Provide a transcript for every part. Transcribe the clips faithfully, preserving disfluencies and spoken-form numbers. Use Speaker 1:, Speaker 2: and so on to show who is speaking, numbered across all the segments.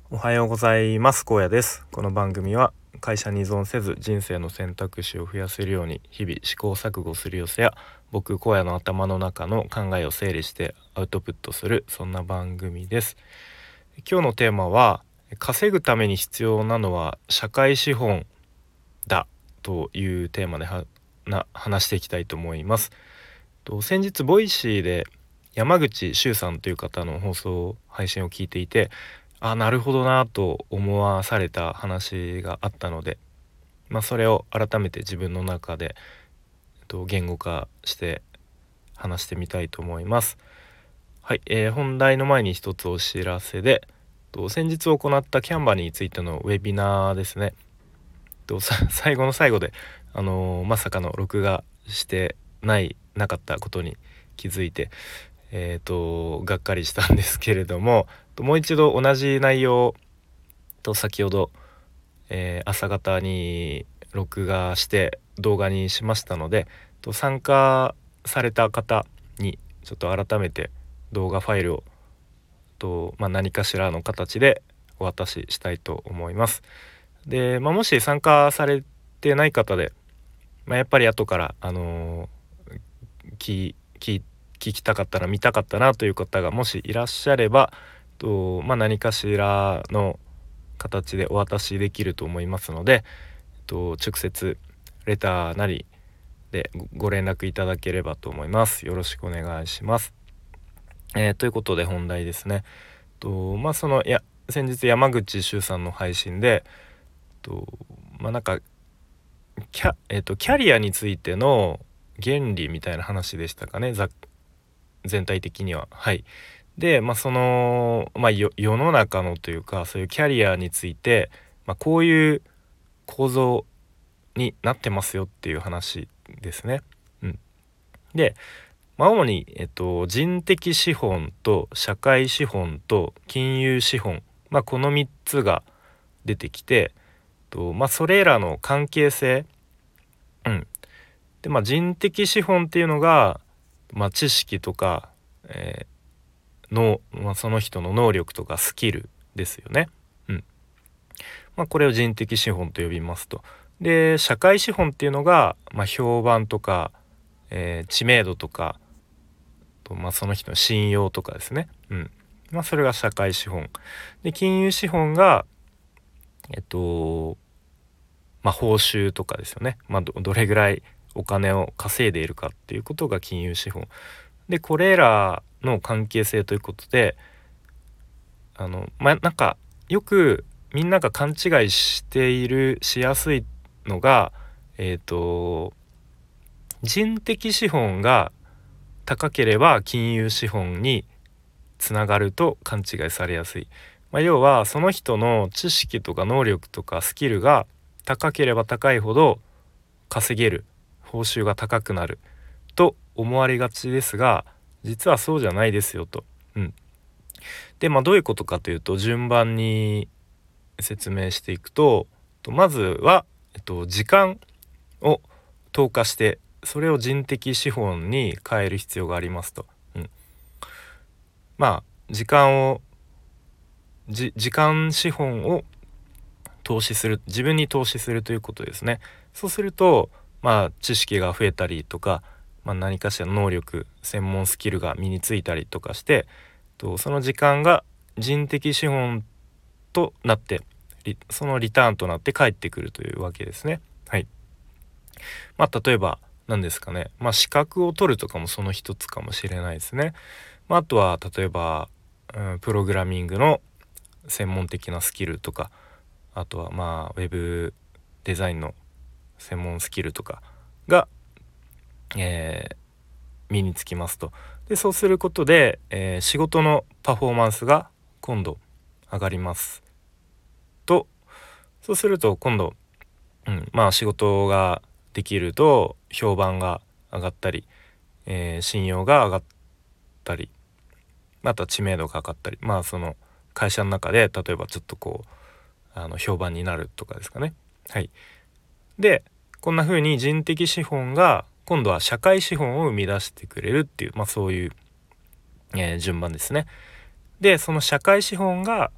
Speaker 1: おはようございます。高野です。この番組は会社に依存せず人生の選択肢を増やせるように日々試行錯誤する様子や僕荒野の頭の中の考えを整理してアウトプットする、そんな番組です。今日のテーマは、稼ぐために必要なのは社会資本だというテーマではな話していきたいと思います。と先日ボイシーで山口周さんという方の放送配信を聞いていて、あ、なるほどなと思わされた話があったので、まあ、それを改めて自分の中で、えっと、言語化して話してみたいと思います。はい、えー本題の前に一つお知らせで、と先日行ったキャンバについてのウェビナーですね。とさ最後の最後で、あのーまさかの録画してないなかったことに気づいて、えーとがっかりしたんですけれども、ともう一度同じ内容と先ほど、えー朝方に録画して動画にしましたので、と参加された方にちょっと改めて動画ファイルをと、まあ、何かしらの形でお渡ししたいと思います。で、まあ、もし参加されてない方で、まあ、やっぱり後から、あのー、聞聞聞きたかったら見たかったなという方がもしいらっしゃれば、と、まあ、何かしらの形でお渡しできると思いますので、と直接レターなりでご連絡いただければと思います。よろしくお願いします。えーということで本題ですね。とまあそのいや先日山口周さんの配信で、とまあなんかキャ,、えーとキャリアについての原理みたいな話でしたかね、ざ全体的には。はい。で、まあその、まあ、よ世の中のというかそういうキャリアについて、まあ、こういう構造になってますよっていう話ですね。うん、で、まあ、主に、えっと、人的資本と社会資本と金融資本、まあ、このみっつが出てきて、と、まあ、それらの関係性、うんでまあ、人的資本っていうのが、まあ、知識とか、えーのまあ、その人の能力とかスキルですよね。うんまあ、これを人的資本と呼びますと。で、社会資本っていうのが、まあ、評判とか、えー知名度とかと、まあ、その人の信用とかですね。うんまあ、それが社会資本で、金融資本がえっとまあ報酬とかですよね。まあ、どどれぐらいお金を稼いでいるかっていうことが金融資本で、これらの関係性ということで、あのまあなんかよくみんなが勘違いしているしやすいのが、えっと人的資本が高ければ金融資本につながると勘違いされやすい。まあ、要はその人の知識とか能力とかスキルが高ければ高いほど稼げる、報酬が高くなると思われがちですが、実はそうじゃないですよと。うん、で、まあ、どういうことかというと、順番に説明していくと、まずは、えっと、時間を投下してそれを人的資本に変える必要がありますと。うん、まあ時間をじ時間資本を投資する、自分に投資するということですね。そうすると、まあ知識が増えたりとか、まあ、何かしらの能力、専門スキルが身についたりとかして、とその時間が人的資本となって、リそのリターンとなって返ってくるというわけですね。はい。まあ例えば何ですかね、まあ資格を取るとかもその一つかもしれないですね。まあ、あとは例えば、うん、プログラミングの専門的なスキルとか、あとはまあウェブデザインの専門スキルとかが、えー身につきますと。でそうすることで、えー仕事のパフォーマンスが今度上がりますと。そうすると今度、うん、まあ仕事ができると評判が上がったり、えー信用が上がったり、また知名度が上がったり、まあその会社の中で例えばちょっとこうあの評判になるとかですかね。はい。でこんな風に人的資本が今度は社会資本を生み出してくれるっていう、まあそういう、えー順番ですね。でその社会資本が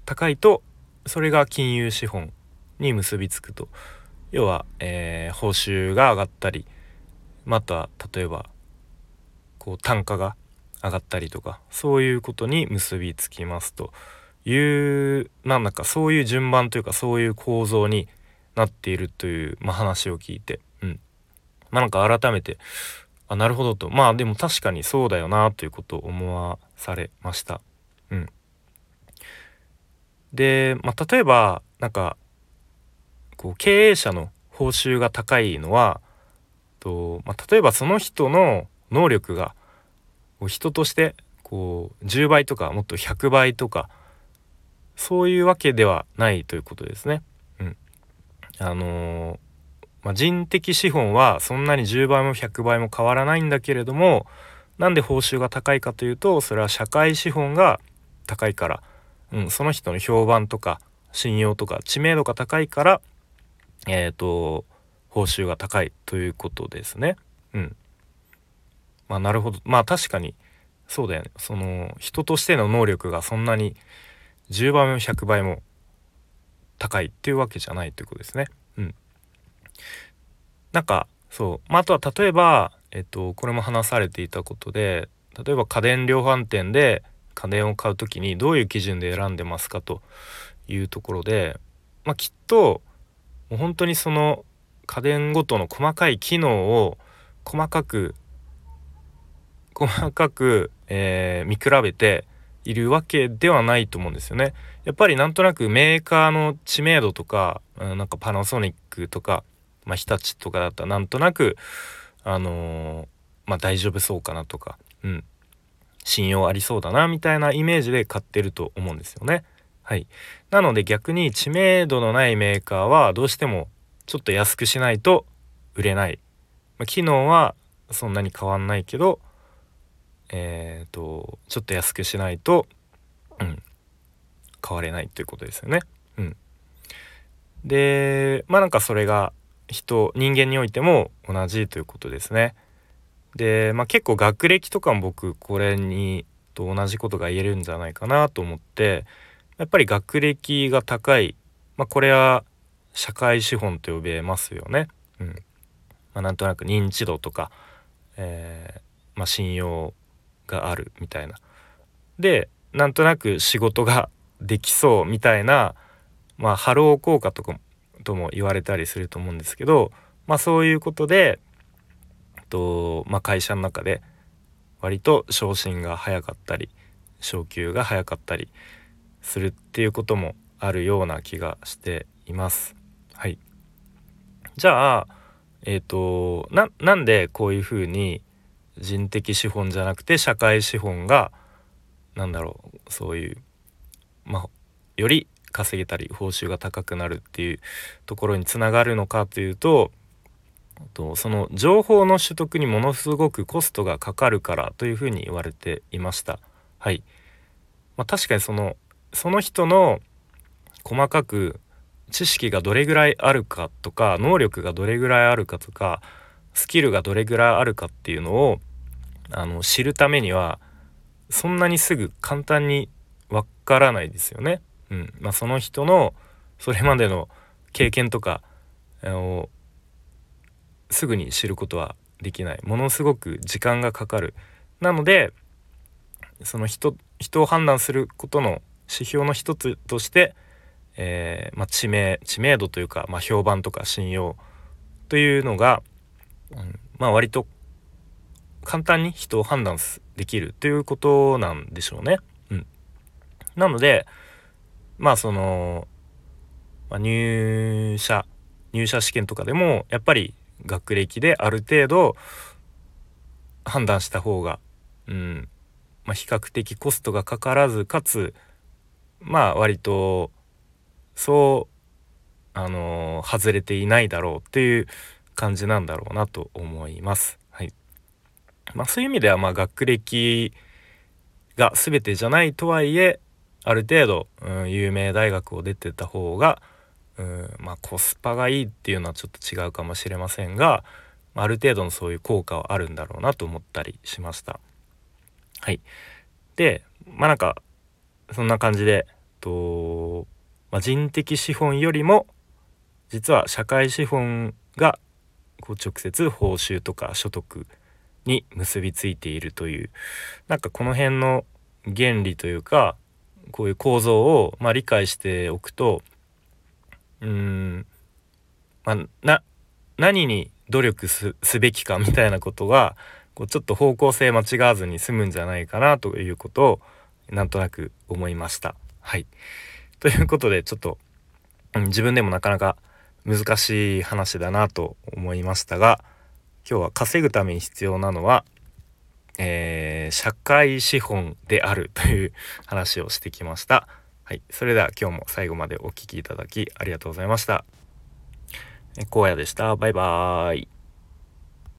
Speaker 1: 高いとそれが金融資本に結びつくと、要は、えー報酬が上がったり、また例えばこう単価が上がったりとか、そういうことに結びつきますという、なんだかそういう順番というか、そういう構造になっているという、まあ、話を聞いて、うんまあなんか改めて、あ、なるほどと、まあでも確かにそうだよなということを思わされました。うん、で、まあ、例えばなんかこう経営者の報酬が高いのはと、まあ、例えばその人の能力がこう人としてこうじゅうばいとかもっとひゃくばいとか、そういうわけではないということですね。うん、あのーまあ、人的資本はそんなにじゅうばいもひゃくばいも変わらないんだけれども、なんで報酬が高いかというと、それは社会資本が高いから、うん、その人の評判とか信用とか知名度が高いから、えーと報酬が高いということですね。うん、まあなるほど。まあ確かにそうだよね。その人としての能力がそんなにじゅうばいもひゃくばいも高いっていうわけじゃないということですね。うん。なんかそう、まあ、あとは例えば、えっと、これも話されていたことで、例えば家電量販店で家電を買うときにどういう基準で選んでますかというところで、まあ、きっともう本当にその家電ごとの細かい機能を細かく細かく、えー見比べているわけではないと思うんですよね。やっぱりなんとなくメーカーの知名度とか、うん、なんかパナソニックとか、まあ、日立とかだったらなんとなくあのーまあ大丈夫そうかなとか、うん、信用ありそうだなみたいなイメージで買ってると思うんですよね。はい。なので逆に知名度のないメーカーはどうしてもちょっと安くしないと売れない。まあ、機能はそんなに変わんないけど、えーとちょっと安くしないと、うん、買われないということですよね。うん、でまあなんかそれが人人間においても同じということですね。で、まあ、結構学歴とかも僕これにと同じことが言えるんじゃないかなと思って、やっぱり学歴が高い、まあ、これは社会資本と呼べますよね。うんまあ、なんとなく認知度とか、えーまあ、信用があるみたいな。でなんとなく仕事ができそうみたいな、まあ、ハロー効果とかもとも言われたりすると思うんですけど、まあ、そういうことでと、まあ、会社の中で割と昇進が早かったり昇給が早かったりするっていうこともあるような気がしています。はい。じゃあえっとな、なんでこういうふうに人的資本じゃなくて社会資本がなんだろうそういうまあより稼げたり報酬が高くなるっていうところにつながるのかというと、とその情報の取得にものすごくコストがかかるからというふうに言われていました。はい。まあ、確かにそのその人の細かく知識がどれぐらいあるかとか能力がどれぐらいあるかとかスキルがどれぐらいあるかっていうのをあの知るためにはそんなにすぐ簡単にわからないですよね。うんまあ、その人のそれまでの経験とかあのすぐに知ることはできない。ものすごく時間がかかる。なのでその人人を判断することの指標の一つとして、えーまあ、知名知名度というか、まあ、評判とか信用というのが、うんまあ、割と簡単に人を判断できるということなんでしょうね。うん、なのでまあその、まあ、入社入社試験とかでもやっぱり学歴である程度判断した方が、うんまあ、比較的コストがかからずかつまあ割とそうあのー外れていないだろうっていう感じなんだろうなと思います。はい。まあ、そういう意味ではまあ学歴が全てじゃないとはいえある程度、うん、有名大学を出てた方が、うん、まあコスパがいいっていうのはちょっと違うかもしれませんが、ある程度のそういう効果はあるんだろうなと思ったりしました。はい。でまあなんかそんな感じでと、まあ、人的資本よりも実は社会資本がこう直接報酬とか所得に結びついているという、なんかこの辺の原理というかこういう構造をまあ理解しておくと、うーん、まあ、な何に努力 す, すべきかみたいなことがこうちょっと方向性間違わずに済むんじゃないかなということをなんとなく思いました。はい。ということでちょっと、うん、自分でもなかなか難しい話だなと思いましたが、今日は稼ぐために必要なのは、えー、社会資本であるという話をしてきました。はい。それでは今日も最後までお聞きいただきありがとうございました。荒野でした。バイバーイ。